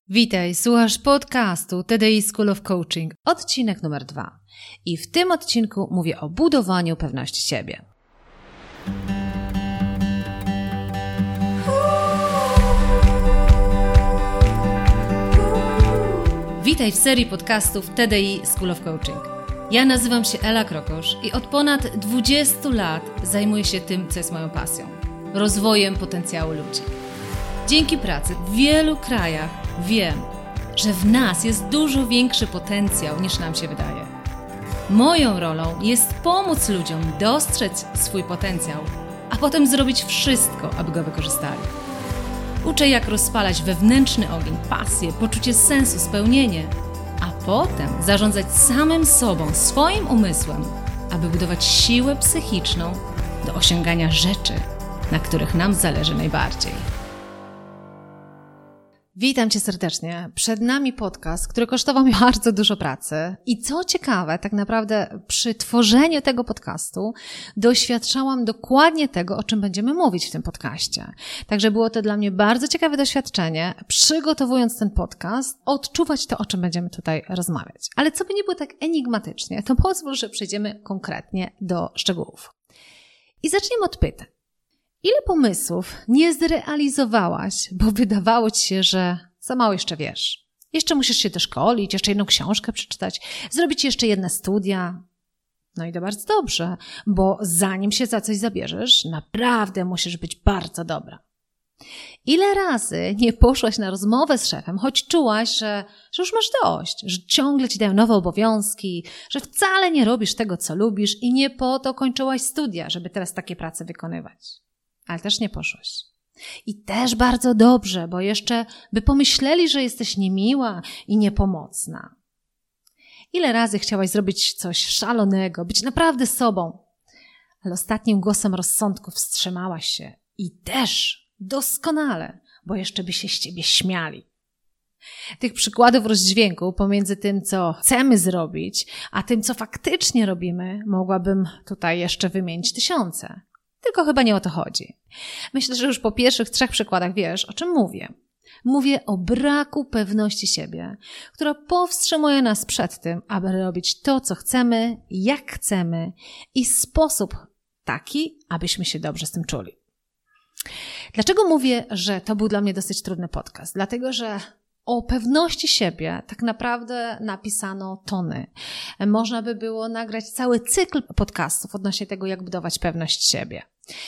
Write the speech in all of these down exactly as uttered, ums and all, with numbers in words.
Witaj, słuchasz podcastu T D I School of Coaching, odcinek numer dwa. I w tym odcinku mówię o budowaniu pewności siebie. Witaj w serii podcastów T D I School of Coaching. Ja nazywam się Ela Krokosz i od ponad dwudziestu lat zajmuję się tym, co jest moją pasją. Rozwojem potencjału ludzi. Dzięki pracy w wielu krajach wiem, że w nas jest dużo większy potencjał niż nam się wydaje. Moją rolą jest pomóc ludziom dostrzec swój potencjał, a potem zrobić wszystko, aby go wykorzystali. Uczę, jak rozpalać wewnętrzny ogień, pasję, poczucie sensu, spełnienie, a potem zarządzać samym sobą, swoim umysłem, aby budować siłę psychiczną do osiągania rzeczy, na których nam zależy najbardziej. Witam Cię serdecznie. Przed nami podcast, który kosztował mi bardzo dużo pracy i co ciekawe, tak naprawdę przy tworzeniu tego podcastu doświadczałam dokładnie tego, o czym będziemy mówić w tym podcaście. Także było to dla mnie bardzo ciekawe doświadczenie, przygotowując ten podcast, odczuwać to, o czym będziemy tutaj rozmawiać. Ale co by nie było tak enigmatycznie, to pozwól, że przejdziemy konkretnie do szczegółów. I zaczniemy od pytań. Ile pomysłów nie zrealizowałaś, bo wydawało Ci się, że za mało jeszcze wiesz? Jeszcze musisz się doszkolić, jeszcze jedną książkę przeczytać, zrobić jeszcze jedne studia. No i to bardzo dobrze, bo zanim się za coś zabierzesz, naprawdę musisz być bardzo dobra. Ile razy nie poszłaś na rozmowę z szefem, choć czułaś, że, że już masz dość, że ciągle Ci dają nowe obowiązki, że wcale nie robisz tego, co lubisz i nie po to kończyłaś studia, żeby teraz takie prace wykonywać. Ale też nie poszłaś. I też bardzo dobrze, bo jeszcze by pomyśleli, że jesteś niemiła i niepomocna. Ile razy chciałaś zrobić coś szalonego, być naprawdę sobą, ale ostatnim głosem rozsądku wstrzymałaś się i też doskonale, bo jeszcze by się z Ciebie śmiali. Tych przykładów rozdźwięku pomiędzy tym, co chcemy zrobić, a tym, co faktycznie robimy, mogłabym tutaj jeszcze wymienić tysiące. Tylko chyba nie o to chodzi. Myślę, że już po pierwszych trzech przykładach wiesz, o czym mówię. Mówię o braku pewności siebie, która powstrzymuje nas przed tym, aby robić to, co chcemy, jak chcemy i w sposób taki, abyśmy się dobrze z tym czuli. Dlaczego mówię, że to był dla mnie dosyć trudny podcast? Dlatego, że o pewności siebie tak naprawdę napisano tony. Można by było nagrać cały cykl podcastów odnośnie tego, jak budować pewność siebie.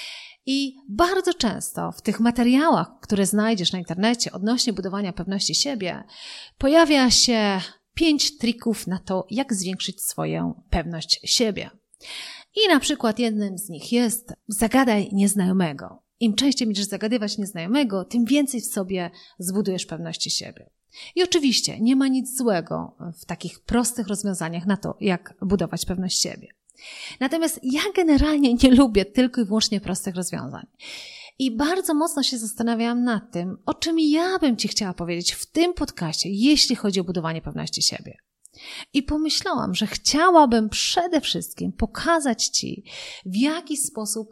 I bardzo często w tych materiałach, które znajdziesz na internecie odnośnie budowania pewności siebie, pojawia się pięć trików na to, jak zwiększyć swoją pewność siebie. I na przykład jednym z nich jest zagadaj nieznajomego. Im częściej będziesz zagadywać nieznajomego, tym więcej w sobie zbudujesz pewności siebie. I oczywiście nie ma nic złego w takich prostych rozwiązaniach na to, jak budować pewność siebie. Natomiast ja generalnie nie lubię tylko i wyłącznie prostych rozwiązań. I bardzo mocno się zastanawiałam nad tym, o czym ja bym Ci chciała powiedzieć w tym podcaście, jeśli chodzi o budowanie pewności siebie. I pomyślałam, że chciałabym przede wszystkim pokazać Ci, w jaki sposób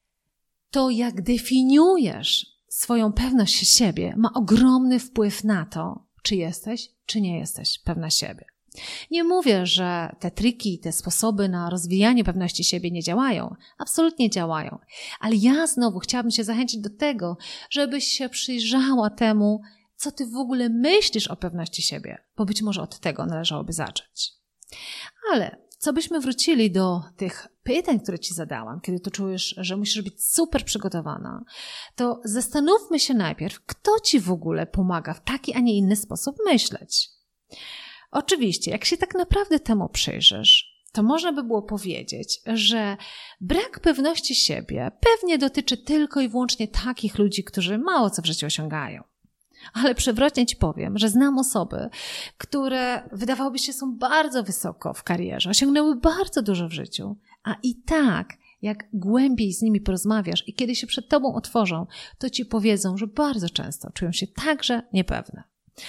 to, jak definiujesz swoją pewność siebie, ma ogromny wpływ na to, czy jesteś, czy nie jesteś pewna siebie. Nie mówię, że te triki, te sposoby na rozwijanie pewności siebie nie działają. Absolutnie działają. Ale ja znowu chciałabym Cię zachęcić do tego, żebyś się przyjrzała temu, co Ty w ogóle myślisz o pewności siebie, bo być może od tego należałoby zacząć. Ale co byśmy wrócili do tych pytań, które Ci zadałam, kiedy to czujesz, że musisz być super przygotowana, to zastanówmy się najpierw, kto Ci w ogóle pomaga w taki, a nie inny sposób myśleć. Oczywiście, jak się tak naprawdę temu przyjrzysz, to można by było powiedzieć, że brak pewności siebie pewnie dotyczy tylko i wyłącznie takich ludzi, którzy mało co w życiu osiągają. Ale przewrotnie Ci powiem, że znam osoby, które wydawałoby się są bardzo wysoko w karierze, osiągnęły bardzo dużo w życiu, a i tak, jak głębiej z nimi porozmawiasz i kiedy się przed Tobą otworzą, to Ci powiedzą, że bardzo często czują się także niepewne.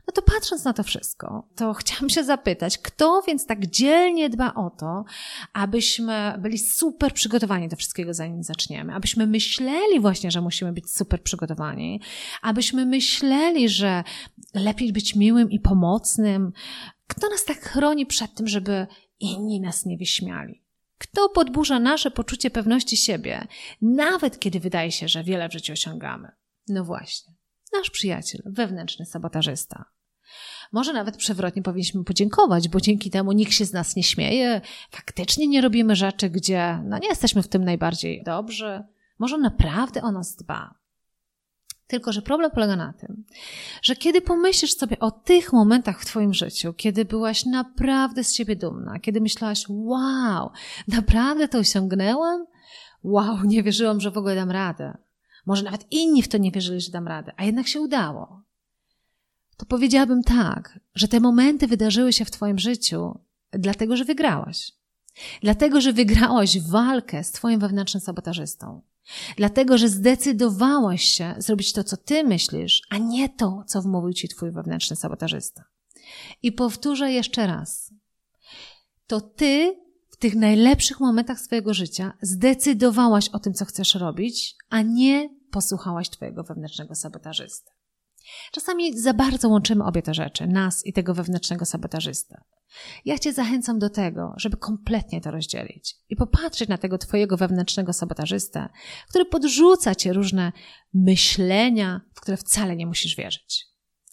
No to patrząc na to wszystko, to chciałam się zapytać, kto więc tak dzielnie dba o to, abyśmy byli super przygotowani do wszystkiego, zanim zaczniemy, abyśmy myśleli właśnie, że musimy być super przygotowani, abyśmy myśleli, że lepiej być miłym i pomocnym. Kto nas tak chroni przed tym, żeby inni nas nie wyśmiali? Kto podburza nasze poczucie pewności siebie, nawet kiedy wydaje się, że wiele w życiu osiągamy? No właśnie, nasz przyjaciel, wewnętrzny sabotażysta. Może nawet przewrotnie powinniśmy podziękować, bo dzięki temu nikt się z nas nie śmieje, faktycznie nie robimy rzeczy, gdzie no nie jesteśmy w tym najbardziej dobrzy. Może on naprawdę o nas dba. Tylko że problem polega na tym, że kiedy pomyślisz sobie o tych momentach w twoim życiu, kiedy byłaś naprawdę z siebie dumna, kiedy myślałaś, wow, naprawdę to osiągnęłam? Wow, nie wierzyłam, że w ogóle dam radę. Może nawet inni w to nie wierzyli, że dam radę, a jednak się udało. To powiedziałabym tak, że te momenty wydarzyły się w twoim życiu dlatego, że wygrałaś. Dlatego, że wygrałaś walkę z twoim wewnętrznym sabotażystą. Dlatego, że zdecydowałaś się zrobić to, co ty myślisz, a nie to, co wmówił ci twój wewnętrzny sabotażysta. I powtórzę jeszcze raz. To ty w tych najlepszych momentach swojego życia zdecydowałaś o tym, co chcesz robić, a nie posłuchałaś twojego wewnętrznego sabotażysty. Czasami za bardzo łączymy obie te rzeczy, nas i tego wewnętrznego sabotażystę. Ja cię zachęcam do tego, żeby kompletnie to rozdzielić i popatrzeć na tego twojego wewnętrznego sabotażystę, który podrzuca ci różne myślenia, w które wcale nie musisz wierzyć.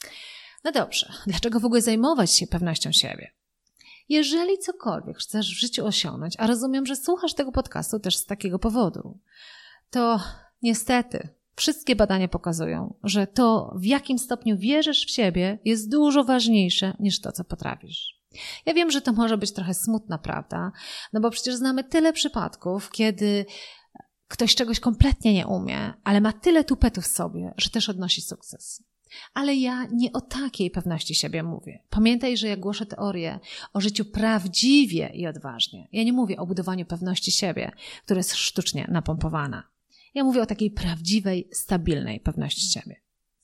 No dobrze, dlaczego w ogóle zajmować się pewnością siebie? Jeżeli cokolwiek chcesz w życiu osiągnąć, a rozumiem, że słuchasz tego podcastu też z takiego powodu, to niestety wszystkie badania pokazują, że to, w jakim stopniu wierzysz w siebie, jest dużo ważniejsze niż to, co potrafisz. Ja wiem, że to może być trochę smutna prawda, no bo przecież znamy tyle przypadków, kiedy ktoś czegoś kompletnie nie umie, ale ma tyle tupetu w sobie, że też odnosi sukces. Ale ja nie o takiej pewności siebie mówię. Pamiętaj, że ja głoszę teorię o życiu prawdziwie i odważnie. Ja nie mówię o budowaniu pewności siebie, która jest sztucznie napompowana. Ja mówię o takiej prawdziwej, stabilnej pewności siebie.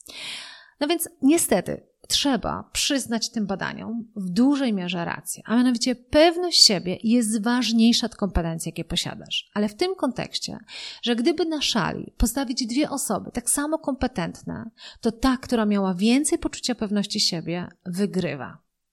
No więc niestety trzeba przyznać tym badaniom w dużej mierze rację, a mianowicie pewność siebie jest ważniejsza od kompetencji, jakie posiadasz. Ale w tym kontekście, że gdyby na szali postawić dwie osoby tak samo kompetentne, to ta, która miała więcej poczucia pewności siebie, wygrywa.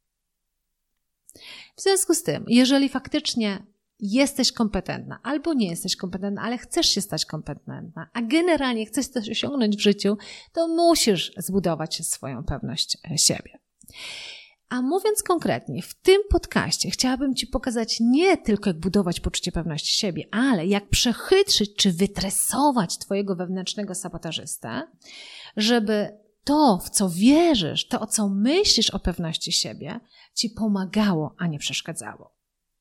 W związku z tym, jeżeli faktycznie jesteś kompetentna albo nie jesteś kompetentna, ale chcesz się stać kompetentna, a generalnie chcesz coś osiągnąć w życiu, to musisz zbudować swoją pewność siebie. A mówiąc konkretnie, w tym podcaście chciałabym ci pokazać nie tylko jak budować poczucie pewności siebie, ale jak przechytrzyć czy wytresować twojego wewnętrznego sabotażystę, żeby to, w co wierzysz, to, o co myślisz o pewności siebie, ci pomagało, a nie przeszkadzało.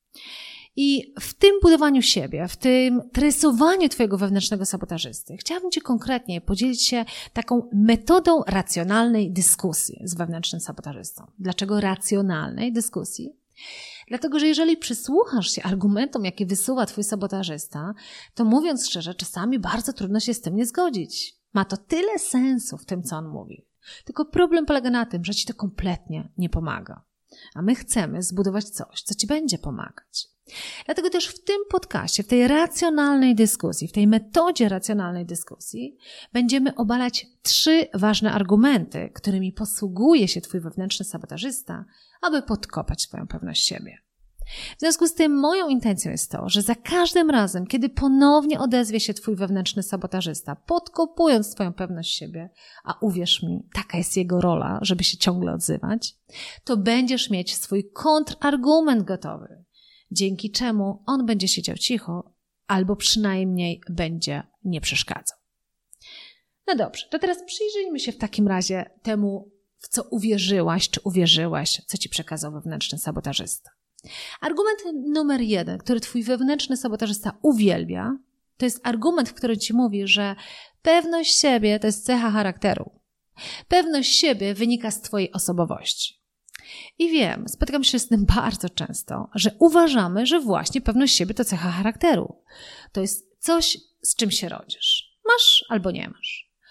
I w tym budowaniu siebie, w tym tresowaniu twojego wewnętrznego sabotażysty, chciałabym ci konkretnie podzielić się taką metodą racjonalnej dyskusji z wewnętrznym sabotażystą. Dlaczego racjonalnej dyskusji? Dlatego, że jeżeli przysłuchasz się argumentom, jakie wysuwa twój sabotażysta, to mówiąc szczerze, czasami bardzo trudno się z tym nie zgodzić. Ma to tyle sensu w tym, co on mówi. Tylko problem polega na tym, że ci to kompletnie nie pomaga. A my chcemy zbudować coś, co ci będzie pomagać. Dlatego też w tym podcaście, w tej racjonalnej dyskusji, w tej metodzie racjonalnej dyskusji będziemy obalać trzy ważne argumenty, którymi posługuje się twój wewnętrzny sabotażysta, aby podkopać twoją pewność siebie. W związku z tym moją intencją jest to, że za każdym razem, kiedy ponownie odezwie się twój wewnętrzny sabotażysta, podkopując twoją pewność siebie, a uwierz mi, taka jest jego rola, żeby się ciągle odzywać, to będziesz mieć swój kontrargument gotowy, dzięki czemu on będzie siedział cicho albo przynajmniej będzie nie przeszkadzał. No dobrze, to teraz przyjrzyjmy się w takim razie temu, w co uwierzyłaś czy uwierzyłaś, co ci przekazał wewnętrzny sabotażysta. Argument numer jeden, który twój wewnętrzny sabotażysta uwielbia, to jest argument, w którym ci mówi, że pewność siebie to jest cecha charakteru. Pewność siebie wynika z twojej osobowości. I wiem, spotykam się z tym bardzo często, że uważamy, że właśnie pewność siebie to cecha charakteru. To jest coś, z czym się rodzisz. Masz albo nie masz.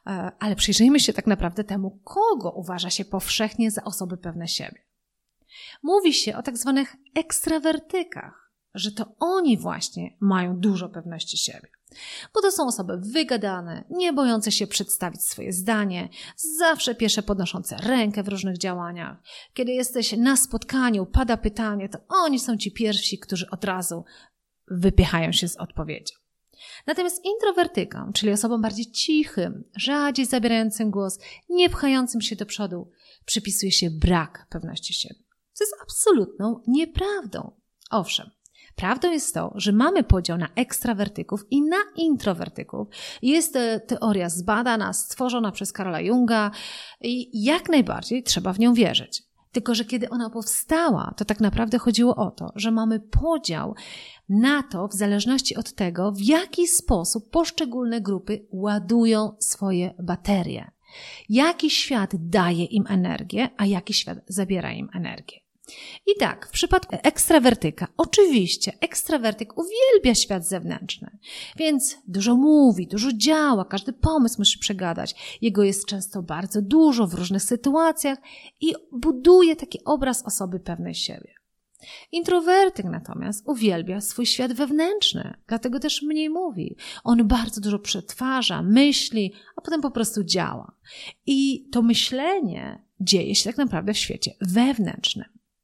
ale przyjrzyjmy się tak naprawdę temu, kogo uważa się powszechnie za osoby pewne siebie. Mówi się o tak zwanych ekstrawertykach, że to oni właśnie mają dużo pewności siebie. Bo to są osoby wygadane, nie bojące się przedstawić swoje zdanie, zawsze pierwsze podnoszące rękę w różnych działaniach. Kiedy jesteś na spotkaniu, pada pytanie, to oni są ci pierwsi, którzy od razu wypychają się z odpowiedzią. Natomiast introwertykom, czyli osobom bardziej cichym, rzadziej zabierającym głos, nie pchającym się do przodu, przypisuje się brak pewności siebie. Co jest absolutną nieprawdą. Owszem, prawdą jest to, że mamy podział na ekstrawertyków i na introwertyków. Jest to teoria zbadana, stworzona przez Carla Junga i jak najbardziej trzeba w nią wierzyć. Tylko że kiedy ona powstała, to tak naprawdę chodziło o to, że mamy podział na to w zależności od tego, w jaki sposób poszczególne grupy ładują swoje baterie. Jaki świat daje im energię, a jaki świat zabiera im energię. I tak, w przypadku ekstrawertyka, oczywiście ekstrawertyk uwielbia świat zewnętrzny, więc dużo mówi, dużo działa, każdy pomysł musi przegadać. Jego jest często bardzo dużo w różnych sytuacjach i buduje taki obraz osoby pewnej siebie. Introwertyk natomiast uwielbia swój świat wewnętrzny, dlatego też mniej mówi. On bardzo dużo przetwarza, myśli, a potem po prostu działa. I to myślenie dzieje się tak naprawdę w świecie wewnętrznym.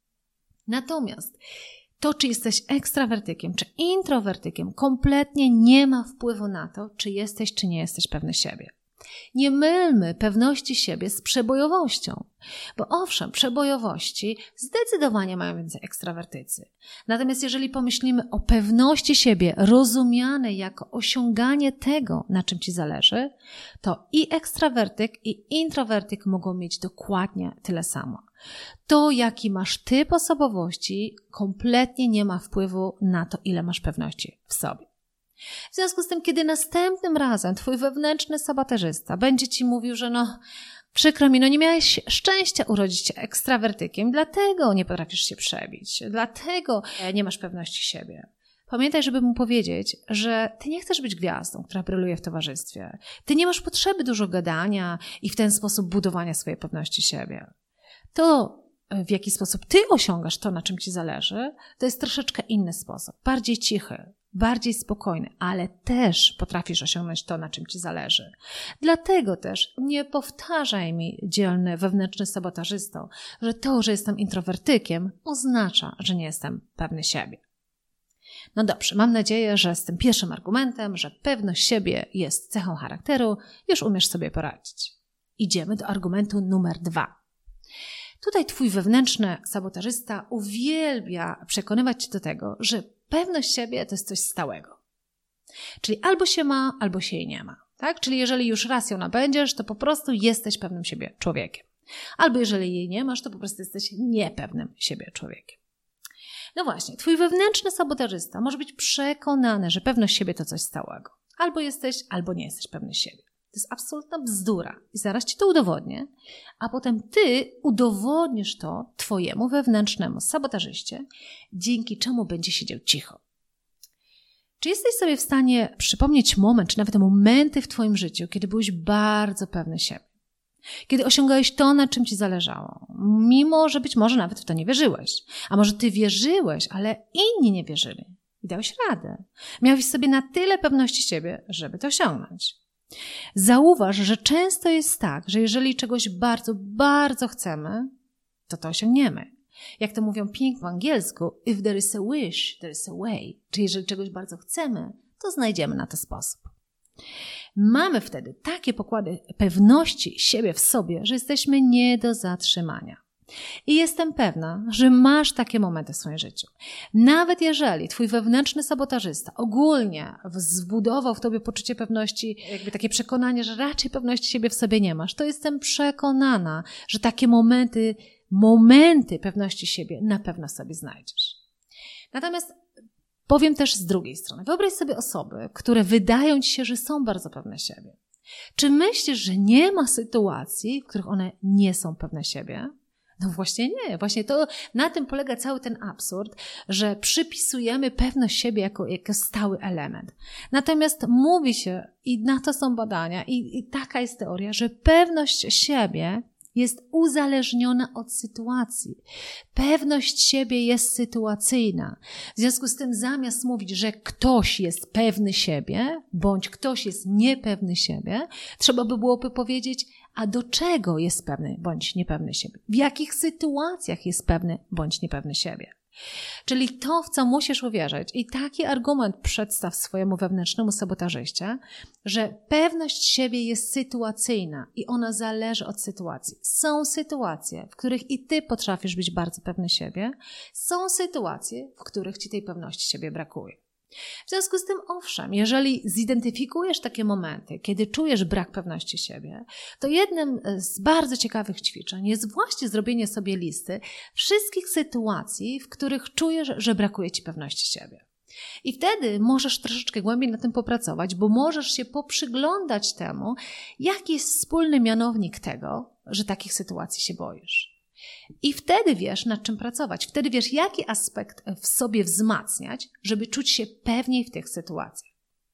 Natomiast to, czy jesteś ekstrawertykiem, czy introwertykiem, kompletnie nie ma wpływu na to, czy jesteś, czy nie jesteś pewny siebie. Nie mylmy pewności siebie z przebojowością, bo owszem, przebojowości zdecydowanie mają więcej ekstrawertycy. Natomiast jeżeli pomyślimy o pewności siebie rozumianej jako osiąganie tego, na czym ci zależy, to i ekstrawertyk, i introwertyk mogą mieć dokładnie tyle samo. To, jaki masz typ osobowości, kompletnie nie ma wpływu na to, ile masz pewności w sobie. W związku z tym, kiedy następnym razem twój wewnętrzny sabotażysta będzie ci mówił, że no przykro mi, no nie miałeś szczęścia urodzić się ekstrawertykiem, dlatego nie potrafisz się przebić, dlatego nie masz pewności siebie. Pamiętaj, żeby mu powiedzieć, że ty nie chcesz być gwiazdą, która bryluje w towarzystwie. Ty nie masz potrzeby dużo gadania i w ten sposób budowania swojej pewności siebie. To, w jaki sposób ty osiągasz to, na czym ci zależy, to jest troszeczkę inny sposób, bardziej cichy, bardziej spokojny, ale też potrafisz osiągnąć to, na czym ci zależy. Dlatego też nie powtarzaj mi, dzielny wewnętrzny sabotażysto, że to, że jestem introwertykiem, oznacza, że nie jestem pewny siebie. No dobrze, mam nadzieję, że z tym pierwszym argumentem, że pewność siebie jest cechą charakteru, już umiesz sobie poradzić. Idziemy do argumentu numer dwa. Tutaj twój wewnętrzny sabotażysta uwielbia przekonywać cię do tego, że pewność siebie to jest coś stałego. Czyli albo się ma, albo się jej nie ma. Tak? Czyli jeżeli już raz ją nabędziesz, to po prostu jesteś pewnym siebie człowiekiem. Albo jeżeli jej nie masz, to po prostu jesteś niepewnym siebie człowiekiem. No właśnie, twój wewnętrzny sabotażysta może być przekonany, że pewność siebie to coś stałego. Albo jesteś, albo nie jesteś pewny siebie. To jest absolutna bzdura i zaraz ci to udowodnię, a potem ty udowodnisz to twojemu wewnętrznemu sabotażyście, dzięki czemu będzie siedział cicho. Czy jesteś sobie w stanie przypomnieć moment, czy nawet momenty w twoim życiu, kiedy byłeś bardzo pewny siebie? Kiedy osiągałeś to, na czym ci zależało, mimo że być może nawet w to nie wierzyłeś. A może ty wierzyłeś, ale inni nie wierzyli i dałeś radę. Miałeś sobie na tyle pewności siebie, żeby to osiągnąć. Zauważ, że często jest tak, że jeżeli czegoś bardzo, bardzo chcemy, to to osiągniemy. Jak to mówią pięknie w angielsku, if there is a wish, there is a way. Czyli jeżeli czegoś bardzo chcemy, to znajdziemy na to sposób. Mamy wtedy takie pokłady pewności siebie w sobie, że jesteśmy nie do zatrzymania. I jestem pewna, że masz takie momenty w swoim życiu. Nawet jeżeli twój wewnętrzny sabotażysta ogólnie zbudował w tobie poczucie pewności, jakby takie przekonanie, że raczej pewności siebie w sobie nie masz, to jestem przekonana, że takie momenty, momenty pewności siebie na pewno sobie znajdziesz. Natomiast powiem też z drugiej strony. Wyobraź sobie osoby, które wydają ci się, że są bardzo pewne siebie. Czy myślisz, że nie ma sytuacji, w których one nie są pewne siebie? No właśnie nie, właśnie to na tym polega cały ten absurd, że przypisujemy pewność siebie jako, jako stały element. Natomiast mówi się, i na to są badania, i, i taka jest teoria, że pewność siebie jest uzależniona od sytuacji. Pewność siebie jest sytuacyjna. W związku z tym zamiast mówić, że ktoś jest pewny siebie, bądź ktoś jest niepewny siebie, trzeba by byłoby powiedzieć, a do czego jest pewny bądź niepewny siebie? W jakich sytuacjach jest pewny bądź niepewny siebie? Czyli to, w co musisz uwierzyć i taki argument przedstaw swojemu wewnętrznemu sabotażyście, że pewność siebie jest sytuacyjna i ona zależy od sytuacji. Są sytuacje, w których i ty potrafisz być bardzo pewny siebie, są sytuacje, w których ci tej pewności siebie brakuje. W związku z tym, owszem, jeżeli zidentyfikujesz takie momenty, kiedy czujesz brak pewności siebie, to jednym z bardzo ciekawych ćwiczeń jest właśnie zrobienie sobie listy wszystkich sytuacji, w których czujesz, że brakuje ci pewności siebie. I wtedy możesz troszeczkę głębiej na tym popracować, bo możesz się poprzyglądać temu, jaki jest wspólny mianownik tego, że takich sytuacji się boisz. I wtedy wiesz, nad czym pracować. Wtedy wiesz, jaki aspekt w sobie wzmacniać, żeby czuć się pewniej w tych sytuacjach.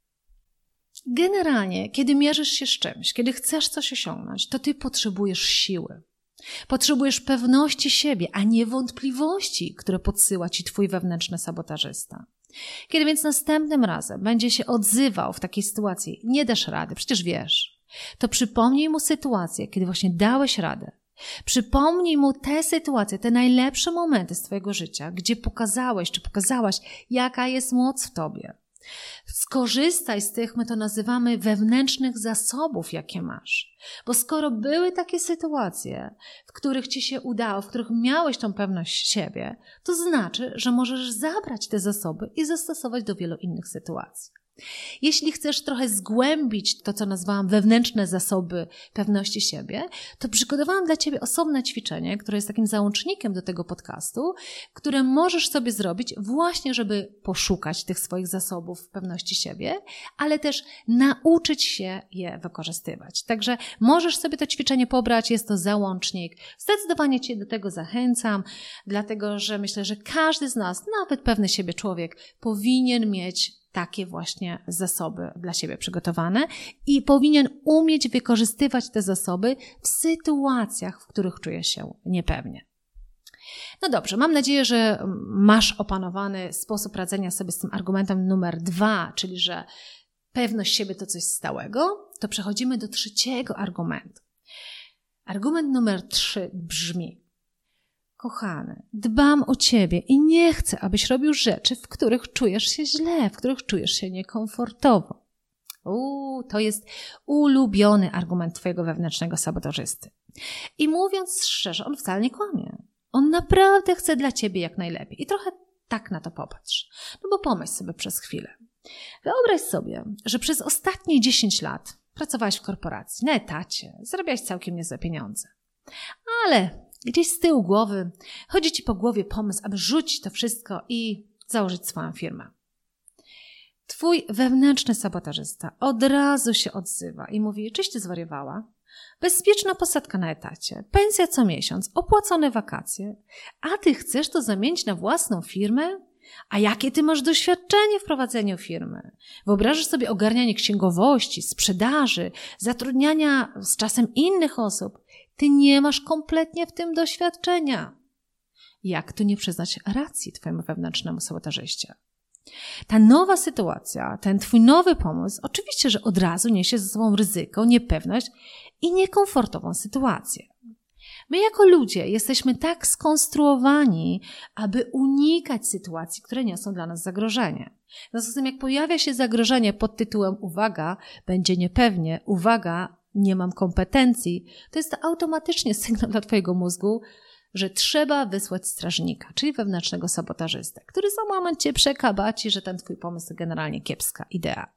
Generalnie, kiedy mierzysz się z czymś, kiedy chcesz coś osiągnąć, to ty potrzebujesz siły. Potrzebujesz pewności siebie, a nie wątpliwości, które podsyła ci twój wewnętrzny sabotażysta. Kiedy więc następnym razem będzie się odzywał w takiej sytuacji, nie dasz rady, przecież wiesz, to przypomnij mu sytuację, kiedy właśnie dałeś radę. Przypomnij mu te sytuacje, te najlepsze momenty z twojego życia, gdzie pokazałeś czy pokazałaś, jaka jest moc w tobie. Skorzystaj z tych, my to nazywamy wewnętrznych zasobów, jakie masz. Bo skoro były takie sytuacje, w których ci się udało, w których miałeś tą pewność siebie, to znaczy, że możesz zabrać te zasoby i zastosować do wielu innych sytuacji. Jeśli chcesz trochę zgłębić to, co nazwałam wewnętrzne zasoby pewności siebie, to przygotowałam dla ciebie osobne ćwiczenie, które jest takim załącznikiem do tego podcastu, które możesz sobie zrobić właśnie, żeby poszukać tych swoich zasobów pewności siebie, ale też nauczyć się je wykorzystywać. Także możesz sobie to ćwiczenie pobrać, jest to załącznik. Zdecydowanie cię do tego zachęcam, dlatego że myślę, że każdy z nas, nawet pewny siebie człowiek, powinien mieć takie właśnie zasoby dla siebie przygotowane i powinien umieć wykorzystywać te zasoby w sytuacjach, w których czuje się niepewnie. No dobrze, mam nadzieję, że masz opanowany sposób radzenia sobie z tym argumentem numer dwa, czyli że pewność siebie to coś stałego. To przechodzimy do trzeciego argumentu. Argument numer trzy brzmi: kochany, dbam o ciebie i nie chcę, abyś robił rzeczy, w których czujesz się źle, w których czujesz się niekomfortowo. Uuu, to jest ulubiony argument twojego wewnętrznego sabotażysty. I mówiąc szczerze, on wcale nie kłamie. On naprawdę chce dla ciebie jak najlepiej. I trochę tak na to popatrz. No bo pomyśl sobie przez chwilę. Wyobraź sobie, że przez ostatnie dziesięć lat pracowałeś w korporacji, na etacie, zarabiałeś całkiem niezłe pieniądze. Ale gdzieś z tyłu głowy chodzi ci po głowie pomysł, aby rzucić to wszystko i założyć swoją firmę. Twój wewnętrzny sabotażysta od razu się odzywa i mówi: czyś ty zwariowała? Bezpieczna posadka na etacie, pensja co miesiąc, opłacone wakacje, a ty chcesz to zamienić na własną firmę? A jakie ty masz doświadczenie w prowadzeniu firmy? Wyobrażasz sobie ogarnianie księgowości, sprzedaży, zatrudniania z czasem innych osób? Ty nie masz kompletnie w tym doświadczenia. Jak tu nie przyznać racji twojemu wewnętrznemu sabotażyście? Ta nowa sytuacja, ten twój nowy pomysł, oczywiście, że od razu niesie ze sobą ryzyko, niepewność i niekomfortową sytuację. My jako ludzie jesteśmy tak skonstruowani, aby unikać sytuacji, które niosą dla nas zagrożenie. W związku z tym, jak pojawia się zagrożenie pod tytułem uwaga, będzie niepewnie, uwaga, nie mam kompetencji, to jest to automatycznie sygnał dla twojego mózgu, że trzeba wysłać strażnika, czyli wewnętrznego sabotażystę, który za moment cię przekabaci, że ten twój pomysł to generalnie kiepska idea.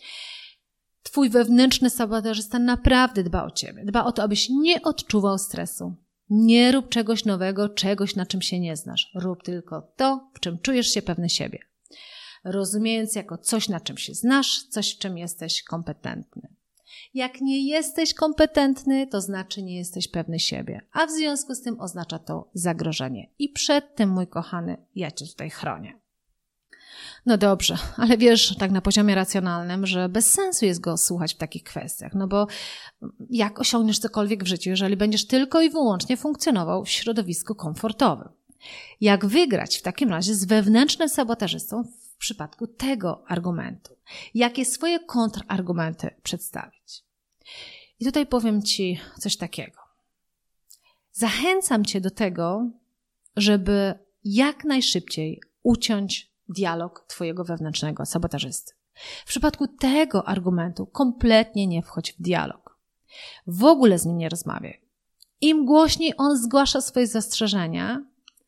Twój wewnętrzny sabotażysta naprawdę dba o ciebie. Dba o to, abyś nie odczuwał stresu. Nie rób czegoś nowego, czegoś, na czym się nie znasz. Rób tylko to, w czym czujesz się pewny siebie. Rozumiejąc jako coś, na czym się znasz, coś, w czym jesteś kompetentny. Jak nie jesteś kompetentny, to znaczy nie jesteś pewny siebie, a w związku z tym oznacza to zagrożenie. I przed tym, mój kochany, ja Cię tutaj chronię. No dobrze, ale wiesz tak na poziomie racjonalnym, że bez sensu jest go słuchać w takich kwestiach, no bo jak osiągniesz cokolwiek w życiu, jeżeli będziesz tylko i wyłącznie funkcjonował w środowisku komfortowym? Jak wygrać w takim razie z wewnętrznym sabotażystą w przypadku tego argumentu? Jakie swoje kontrargumenty przedstawić? I tutaj powiem Ci coś takiego. Zachęcam Cię do tego, żeby jak najszybciej uciąć dialog Twojego wewnętrznego sabotażysty. W przypadku tego argumentu kompletnie nie wchodź w dialog. W ogóle z nim nie rozmawiaj. Im głośniej on zgłasza swoje zastrzeżenia,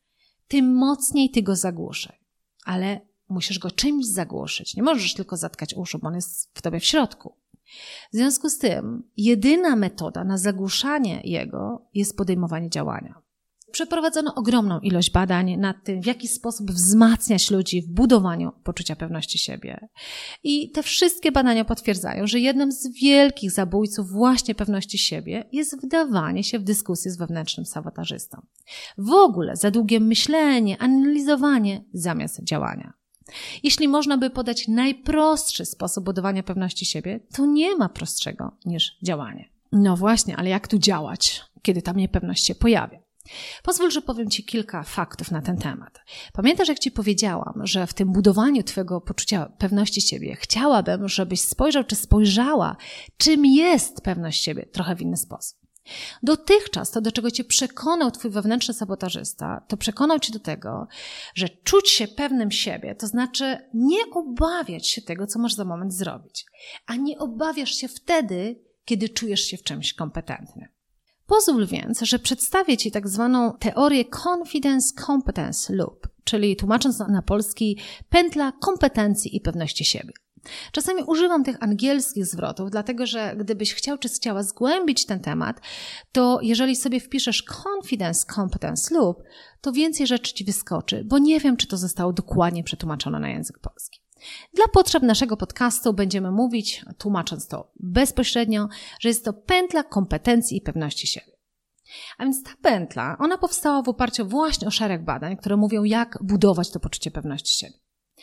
tym mocniej Ty go zagłuszaj. Ale musisz go czymś zagłuszyć. Nie możesz tylko zatkać uszu, bo on jest w Tobie w środku. W związku z tym jedyna metoda na zagłuszanie jego jest podejmowanie działania. Przeprowadzono ogromną ilość badań nad tym, w jaki sposób wzmacniać ludzi w budowaniu poczucia pewności siebie. I te wszystkie badania potwierdzają, że jednym z wielkich zabójców właśnie pewności siebie jest wdawanie się w dyskusję z wewnętrznym sabotażystą. W ogóle za długie myślenie, analizowanie zamiast działania. Jeśli można by podać najprostszy sposób budowania pewności siebie, to nie ma prostszego niż działanie. No właśnie, ale jak tu działać, kiedy ta niepewność się pojawia? Pozwól, że powiem Ci kilka faktów na ten temat. Pamiętasz, jak Ci powiedziałam, że w tym budowaniu Twojego poczucia pewności siebie chciałabym, żebyś spojrzał czy spojrzała, czym jest pewność siebie, trochę w inny sposób. Dotychczas to, do czego Cię przekonał Twój wewnętrzny sabotażysta, to przekonał Cię do tego, że czuć się pewnym siebie, to znaczy nie obawiać się tego, co możesz za moment zrobić, a nie obawiasz się wtedy, kiedy czujesz się w czymś kompetentny. Pozwól więc, że przedstawię Ci tak zwaną teorię Confidence-Competence Loop, czyli tłumacząc na polski pętla kompetencji i pewności siebie. Czasami używam tych angielskich zwrotów, dlatego że gdybyś chciał czy chciała zgłębić ten temat, to jeżeli sobie wpiszesz Confidence-Competence Loop, to więcej rzeczy Ci wyskoczy, bo nie wiem, czy to zostało dokładnie przetłumaczone na język polski. Dla potrzeb naszego podcastu będziemy mówić, tłumacząc to bezpośrednio, że jest to pętla kompetencji i pewności siebie. A więc ta pętla, ona powstała w oparciu właśnie o szereg badań, które mówią, jak budować to poczucie pewności siebie.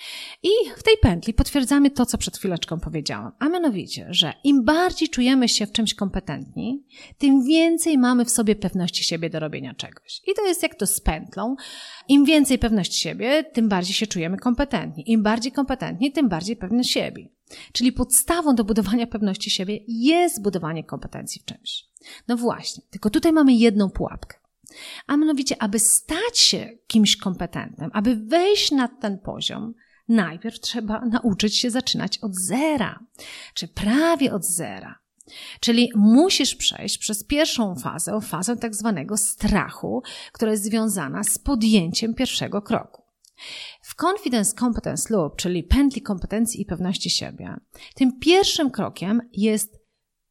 I w tej pętli potwierdzamy to, co przed chwileczką powiedziałam, a mianowicie, że im bardziej czujemy się w czymś kompetentni, tym więcej mamy w sobie pewności siebie do robienia czegoś. I to jest jak to z pętlą. Im więcej pewności siebie, tym bardziej się czujemy kompetentni. Im bardziej kompetentni, tym bardziej pewni siebie. Czyli podstawą do budowania pewności siebie jest budowanie kompetencji w czymś. No właśnie, tylko tutaj mamy jedną pułapkę. A mianowicie, aby stać się kimś kompetentnym, aby wejść na ten poziom, najpierw trzeba nauczyć się zaczynać od zera, czy prawie od zera. Czyli musisz przejść przez pierwszą fazę, fazę tak zwanego strachu, która jest związana z podjęciem pierwszego kroku. W Confidence Competence Loop, czyli pętli kompetencji i pewności siebie, tym pierwszym krokiem jest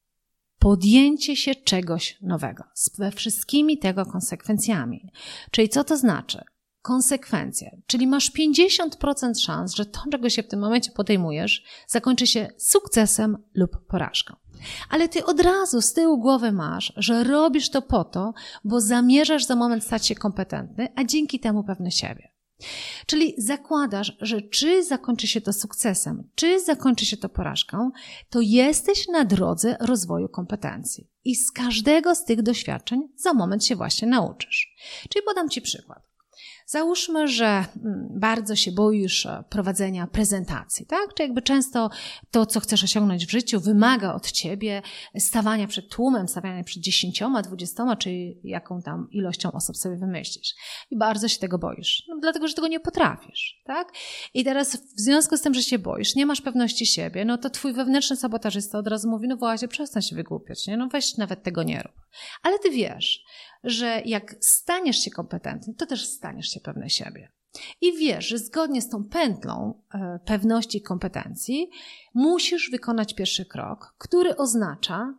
podjęcie się czegoś nowego, ze wszystkimi tego konsekwencjami. Czyli co to znaczy? Konsekwencje, czyli masz pięćdziesiąt procent szans, że to, czego się w tym momencie podejmujesz, zakończy się sukcesem lub porażką. Ale ty od razu z tyłu głowy masz, że robisz to po to, bo zamierzasz za moment stać się kompetentny, a dzięki temu pewny siebie. Czyli zakładasz, że czy zakończy się to sukcesem, czy zakończy się to porażką, to jesteś na drodze rozwoju kompetencji. I z każdego z tych doświadczeń za moment się właśnie nauczysz. Czyli podam Ci przykład. Załóżmy, że bardzo się boisz prowadzenia prezentacji, tak? Czy jakby często to, co chcesz osiągnąć w życiu, wymaga od Ciebie stawania przed tłumem, stawania przed dziesięcioma, dwudziestoma, czy jaką tam ilością osób sobie wymyślisz. I bardzo się tego boisz. No, dlatego, że tego nie potrafisz, tak? I teraz w związku z tym, że się boisz, nie masz pewności siebie, no to Twój wewnętrzny sabotażysta od razu mówi, no właśnie, przestań się wygłupiać, nie? No weź nawet tego nie rób. Ale Ty wiesz, że jak staniesz się kompetentny, to też staniesz się pewny siebie. I wiesz, że zgodnie z tą pętlą e, pewności i kompetencji musisz wykonać pierwszy krok, który oznacza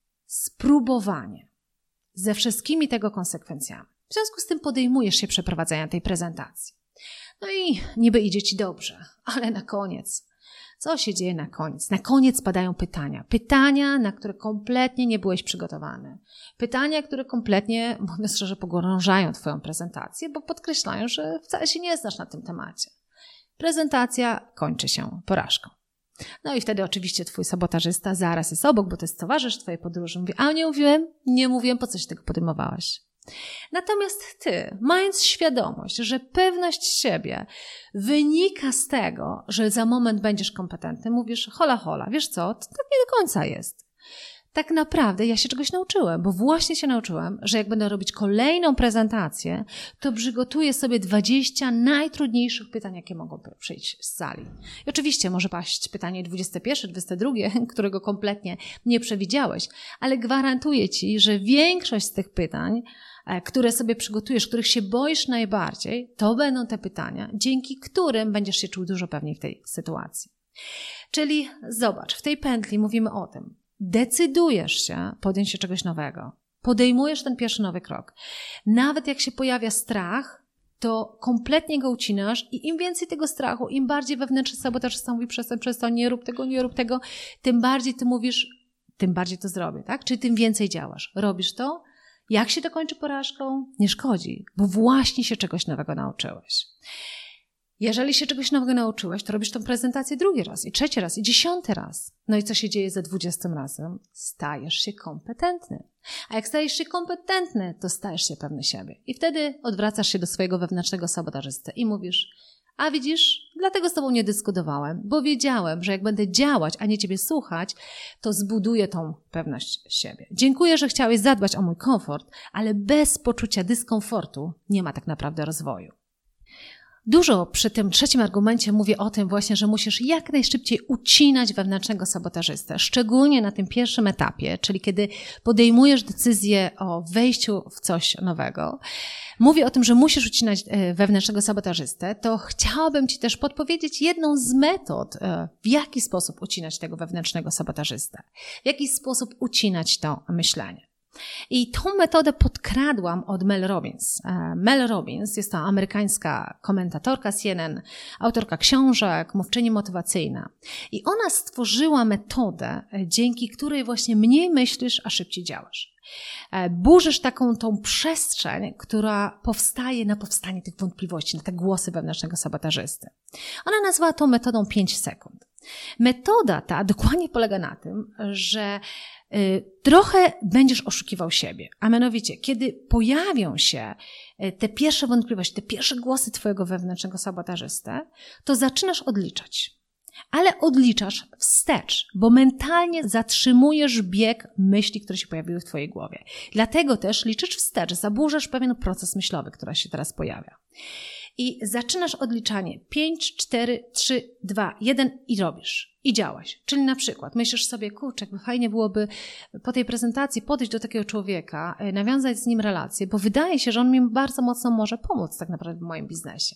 spróbowanie ze wszystkimi tego konsekwencjami. W związku z tym podejmujesz się przeprowadzenia tej prezentacji. No i niby idzie Ci dobrze, ale na koniec Co się dzieje na koniec? Na koniec padają pytania. Pytania, na które kompletnie nie byłeś przygotowany. Pytania, które kompletnie, mówiąc szczerze, pogrążają twoją prezentację, bo podkreślają, że wcale się nie znasz na tym temacie. Prezentacja kończy się porażką. No i wtedy oczywiście twój sabotażysta zaraz jest obok, bo to jest towarzysz twojej podróży. Mówi, a nie mówiłem? Nie mówiłem, po co się tego podejmowałaś? Natomiast ty, mając świadomość, że pewność siebie wynika z tego, że za moment będziesz kompetentny, mówisz, hola, hola, wiesz co, to tak nie do końca jest. Tak naprawdę ja się czegoś nauczyłem, bo właśnie się nauczyłem, że jak będę robić kolejną prezentację, to przygotuję sobie dwadzieścia najtrudniejszych pytań, jakie mogą przyjść z sali. I oczywiście może paść pytanie dwudzieste pierwsze, dwudzieste drugie, którego kompletnie nie przewidziałeś, ale gwarantuję ci, że większość z tych pytań, które sobie przygotujesz, których się boisz najbardziej, to będą te pytania, dzięki którym będziesz się czuł dużo pewniej w tej sytuacji. Czyli zobacz, w tej pętli mówimy o tym, decydujesz się podjąć się czegoś nowego, podejmujesz ten pierwszy nowy krok. Nawet jak się pojawia strach, to kompletnie go ucinasz i im więcej tego strachu, im bardziej wewnętrzny sabotażysta mówi przestań, przestań, nie rób tego, nie rób tego, tym bardziej ty mówisz, tym bardziej to zrobię, tak? Czyli tym więcej działasz. Robisz to. Jak się to kończy porażką? Nie szkodzi, bo właśnie się czegoś nowego nauczyłeś. Jeżeli się czegoś nowego nauczyłeś, to robisz tą prezentację drugi raz, i trzeci raz, i dziesiąty raz. No i co się dzieje za dwudziestym razem? Stajesz się kompetentny. A jak stajesz się kompetentny, to stajesz się pewny siebie. I wtedy odwracasz się do swojego wewnętrznego sabotażysty i mówisz, a widzisz, dlatego z tobą nie dyskutowałem, bo wiedziałem, że jak będę działać, a nie ciebie słuchać, to zbuduję tą pewność siebie. Dziękuję, że chciałeś zadbać o mój komfort, ale bez poczucia dyskomfortu nie ma tak naprawdę rozwoju. Dużo przy tym trzecim argumencie mówię o tym właśnie, że musisz jak najszybciej ucinać wewnętrznego sabotażystę, szczególnie na tym pierwszym etapie, czyli kiedy podejmujesz decyzję o wejściu w coś nowego. Mówię o tym, że musisz ucinać wewnętrznego sabotażystę, to chciałabym ci też podpowiedzieć jedną z metod, w jaki sposób ucinać tego wewnętrznego sabotażystę, w jaki sposób ucinać to myślenie. I tą metodę podkradłam od Mel Robbins. Mel Robbins jest to amerykańska komentatorka C N N, autorka książek, mówczyni motywacyjna. I ona stworzyła metodę, dzięki której właśnie mniej myślisz, a szybciej działasz. Burzysz taką tą przestrzeń, która powstaje na powstanie tych wątpliwości, na te głosy wewnętrznego sabotażysty. Ona nazwała to metodą pięć sekund. Metoda ta dokładnie polega na tym, że trochę będziesz oszukiwał siebie, a mianowicie, kiedy pojawią się te pierwsze wątpliwości, te pierwsze głosy twojego wewnętrznego sabotażysty, to zaczynasz odliczać. Ale odliczasz wstecz, bo mentalnie zatrzymujesz bieg myśli, które się pojawiły w twojej głowie. Dlatego też liczysz wstecz, zaburzasz pewien proces myślowy, który się teraz pojawia. I zaczynasz odliczanie pięć, cztery, trzy, dwa, jeden i robisz. I działasz. Czyli na przykład myślisz sobie, kurczę, jakby fajnie byłoby po tej prezentacji podejść do takiego człowieka, nawiązać z nim relację, bo wydaje się, że on mi bardzo mocno może pomóc tak naprawdę w moim biznesie.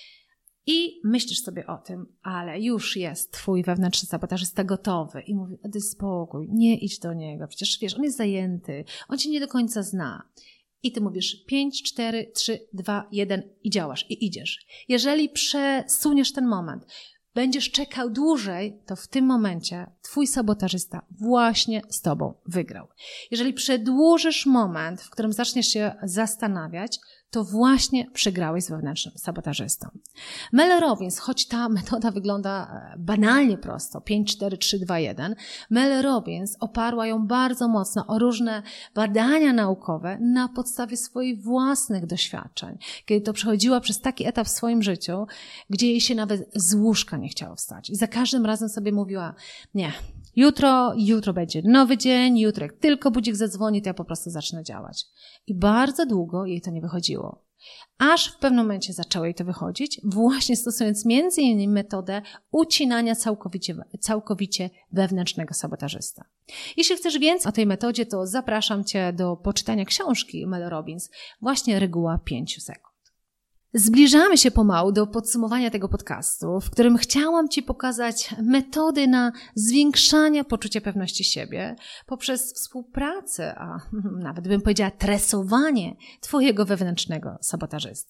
I myślisz sobie o tym, ale już jest twój wewnętrzny sabotażysta gotowy i mówi, daj spokój, nie idź do niego, przecież wiesz, on jest zajęty, on cię nie do końca zna. I ty mówisz pięć, cztery, trzy, dwa, jeden i działasz i idziesz. Jeżeli przesuniesz ten moment, będziesz czekał dłużej, to w tym momencie twój sabotażysta właśnie z tobą wygrał. Jeżeli przedłużysz moment, w którym zaczniesz się zastanawiać, to właśnie przegrałeś z wewnętrznym sabotażystą. Mel Robbins, choć ta metoda wygląda banalnie prosto, pięć, cztery, trzy, dwa, jeden, Mel Robbins oparła ją bardzo mocno o różne badania naukowe na podstawie swoich własnych doświadczeń. Kiedy to przechodziła przez taki etap w swoim życiu, gdzie jej się nawet z łóżka nie chciało wstać. I za każdym razem sobie mówiła, nie, jutro, jutro będzie nowy dzień, jutro jak tylko budzik zadzwoni, to ja po prostu zacznę działać. I bardzo długo jej to nie wychodziło. Aż w pewnym momencie zaczęło jej to wychodzić, właśnie stosując między innymi metodę ucinania całkowicie, całkowicie wewnętrznego sabotażysta. Jeśli chcesz więcej o tej metodzie, to zapraszam cię do poczytania książki Mel Robbins, właśnie Reguła pięciu sekund. Zbliżamy się pomału do podsumowania tego podcastu, w którym chciałam ci pokazać metody na zwiększanie poczucia pewności siebie poprzez współpracę, a nawet bym powiedziała tresowanie twojego wewnętrznego sabotażysty.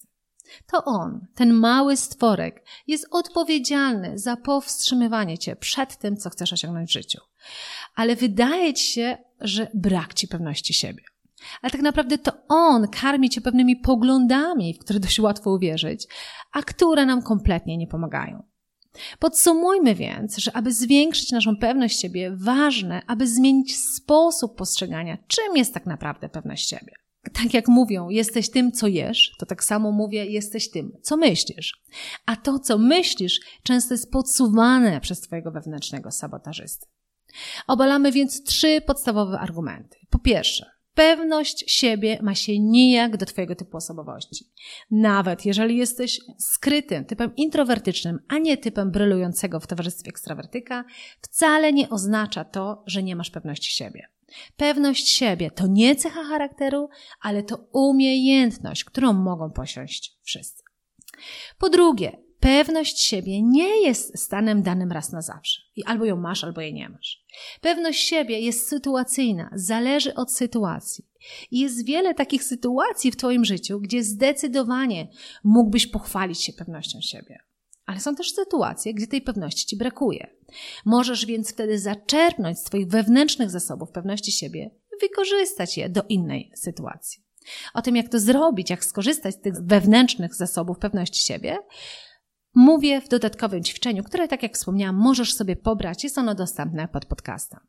To on, ten mały stworek, jest odpowiedzialny za powstrzymywanie cię przed tym, co chcesz osiągnąć w życiu. Ale wydaje ci się, że brak ci pewności siebie. Ale tak naprawdę to on karmi cię pewnymi poglądami, w które dość łatwo uwierzyć, a które nam kompletnie nie pomagają. Podsumujmy więc, że aby zwiększyć naszą pewność siebie, ważne, aby zmienić sposób postrzegania, czym jest tak naprawdę pewność siebie. Tak jak mówią, jesteś tym, co jesz, to tak samo mówię, jesteś tym, co myślisz. A to, co myślisz, często jest podsuwane przez twojego wewnętrznego sabotażystę. Obalamy więc trzy podstawowe argumenty. Po pierwsze, pewność siebie ma się nijak do twojego typu osobowości. Nawet jeżeli jesteś skrytym, typem introwertycznym, a nie typem brylującego w towarzystwie ekstrawertyka, wcale nie oznacza to, że nie masz pewności siebie. Pewność siebie to nie cecha charakteru, ale to umiejętność, którą mogą posiąść wszyscy. Po drugie, pewność siebie nie jest stanem danym raz na zawsze. I albo ją masz, albo jej nie masz. Pewność siebie jest sytuacyjna, zależy od sytuacji. I jest wiele takich sytuacji w twoim życiu, gdzie zdecydowanie mógłbyś pochwalić się pewnością siebie. Ale są też sytuacje, gdzie tej pewności ci brakuje. Możesz więc wtedy zaczerpnąć z twoich wewnętrznych zasobów pewności siebie i wykorzystać je do innej sytuacji. O tym, jak to zrobić, jak skorzystać z tych wewnętrznych zasobów pewności siebie, mówię w dodatkowym ćwiczeniu, które, tak jak wspomniałam, możesz sobie pobrać. Jest ono dostępne pod podcastem.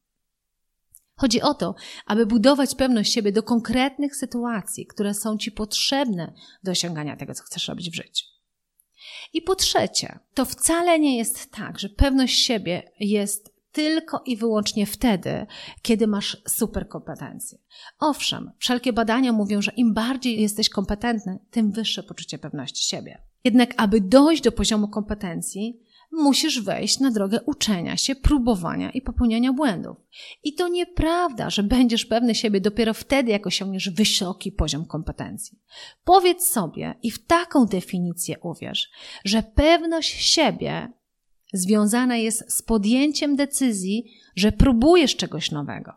Chodzi o to, aby budować pewność siebie do konkretnych sytuacji, które są ci potrzebne do osiągania tego, co chcesz robić w życiu. I po trzecie, to wcale nie jest tak, że pewność siebie jest tylko i wyłącznie wtedy, kiedy masz super kompetencje. Owszem, wszelkie badania mówią, że im bardziej jesteś kompetentny, tym wyższe poczucie pewności siebie. Jednak aby dojść do poziomu kompetencji, musisz wejść na drogę uczenia się, próbowania i popełniania błędów. I to nieprawda, że będziesz pewny siebie dopiero wtedy, jak osiągniesz wysoki poziom kompetencji. Powiedz sobie i w taką definicję uwierz, że pewność siebie związana jest z podjęciem decyzji, że próbujesz czegoś nowego.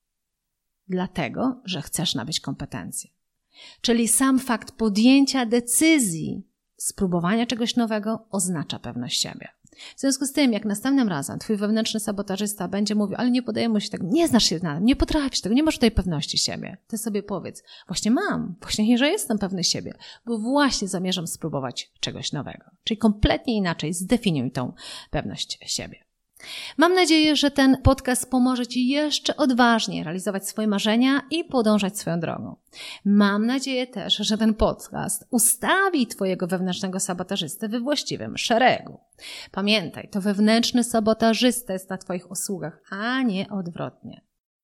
Dlatego, że chcesz nabyć kompetencje. Czyli sam fakt podjęcia decyzji, spróbowania czegoś nowego oznacza pewność siebie. W związku z tym, jak następnym razem twój wewnętrzny sabotażysta będzie mówił, ale nie podejmuj się tego, nie znasz się na tym, nie potrafisz tego, nie masz tej pewności siebie. Ty sobie powiedz, właśnie mam, właśnie, że jestem pewny siebie, bo właśnie zamierzam spróbować czegoś nowego. Czyli kompletnie inaczej zdefiniuj tą pewność siebie. Mam nadzieję, że ten podcast pomoże ci jeszcze odważniej realizować swoje marzenia i podążać swoją drogą. Mam nadzieję też, że ten podcast ustawi twojego wewnętrznego sabotażystę we właściwym szeregu. Pamiętaj, to wewnętrzny sabotażysta jest na twoich usługach, a nie odwrotnie.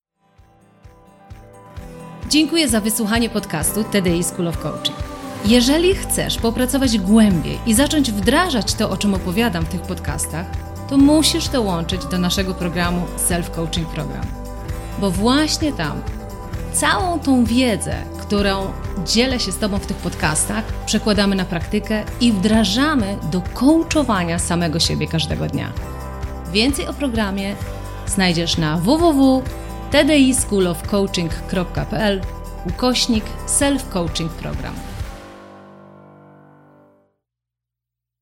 Dziękuję za wysłuchanie podcastu T D I School of Coaching. Jeżeli chcesz popracować głębiej i zacząć wdrażać to, o czym opowiadam w tych podcastach, to musisz dołączyć do naszego programu Self-Coaching Program. Bo właśnie tam całą tą wiedzę, którą dzielę się z Tobą w tych podcastach, przekładamy na praktykę i wdrażamy do coachowania samego siebie każdego dnia. Więcej o programie znajdziesz na w w w kropka t d i school of coaching kropka p l ukośnik Self-Coaching Program.